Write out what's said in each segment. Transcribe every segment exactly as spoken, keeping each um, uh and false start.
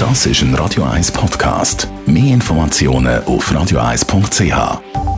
Das ist ein Radio eins Podcast. Mehr Informationen auf radio eins punkt c h.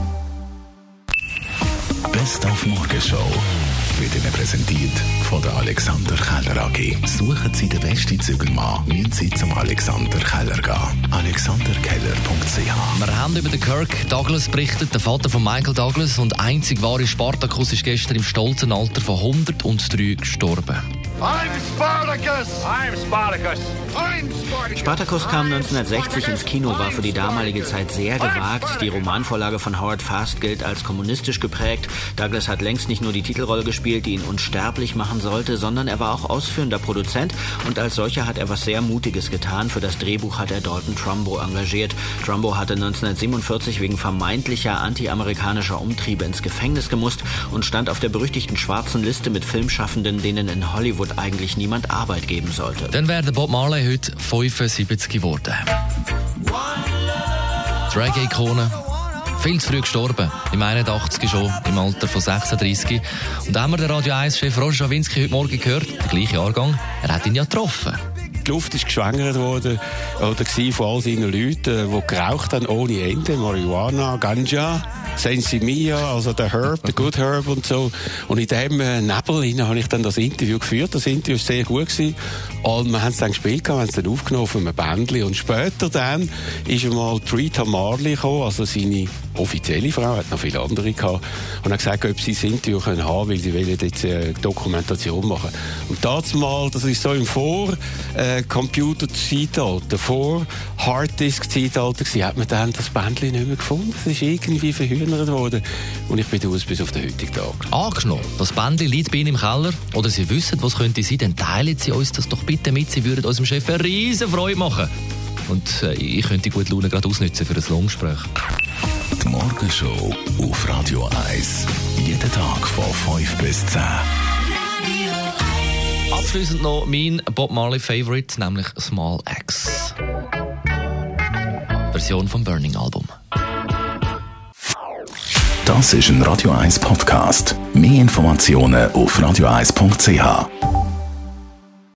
Best auf Morgenshow wird Ihnen präsentiert von der Alexander Keller A G. Suchen Sie den besten Zügelmann, müssen Sie zum Alexander Keller gehen. alexander keller punkt c h. Wir haben über den Kirk Douglas berichtet, der Vater von Michael Douglas, und einzig wahre Spartacus ist gestern im stolzen Alter von hundertdrei gestorben. I'm Spartacus! I'm Spartacus! I'm Spartacus! Spartacus kam neunzehnhundertsechzig ins Kino, war für die damalige Zeit sehr gewagt. Die Romanvorlage von Howard Fast gilt als kommunistisch geprägt. Douglas hat längst nicht nur die Titelrolle gespielt, die ihn unsterblich machen sollte, sondern er war auch ausführender Produzent und als solcher hat er was sehr Mutiges getan. Für das Drehbuch hat er Dalton Trumbo engagiert. Trumbo hatte neunzehnhundertsiebenundvierzig wegen vermeintlicher anti-amerikanischer Umtriebe ins Gefängnis gemusst und stand auf der berüchtigten schwarzen Liste mit Filmschaffenden, denen in Hollywood eigentlich niemand Arbeit geben sollte. Dann wäre Bob Marley heute fünfundsiebzig geworden. Die Reggae-Ikone, viel zu früh gestorben, im einundachtzig schon, im Alter von sechsunddreissig. Und da haben wir den Radio eins-Chef Roger Schawinski heute Morgen gehört, der gleiche Jahrgang, er hat ihn ja getroffen. Die Luft ist geschwängert worden oder von all seinen Leuten, die geraucht haben ohne Ende, Marihuana, Ganja, Sensimilla, also der Herb, der Good Herb und so. Und in diesem Nebel hinein habe ich dann das Interview geführt. Das Interview war sehr gut gewesen. Und wir haben es dann gespielt, wir haben es dann aufgenommen auf einem Bändchen. Und später dann ist einmal Rita Marley gekommen, also seine offizielle Frau, hat noch viele andere gehabt, und hat gesagt, ob sie das Interview können haben, weil sie wollen jetzt eine Dokumentation machen. Und das mal, das ist so im Vor- äh, Computer-Zeitalter, vor Harddisk-Zeitalter gewesen, hat man dann das Bändchen nicht mehr gefunden. Das ist irgendwie verhühnert worden. Und ich bin aus bis auf den heutigen Tag. Angenommen, das Bändchen liegt bei Ihnen im Keller oder Sie wissen, was könnte sein, dann teilen Sie uns das doch bitte mit. Sie würden unserem Chef eine riesen Freude machen. Und äh, ich könnte die gute Laune gerade ausnutzen für ein Lohngespräch. Die Morgenshow auf Radio eins. Jeden Tag von fünf bis zehn. Abschließend noch mein Bob Marley Favorite, nämlich Small Axe. Version vom Burning Album. Das ist ein Radio eins Podcast. Mehr Informationen auf radio eins punkt c h.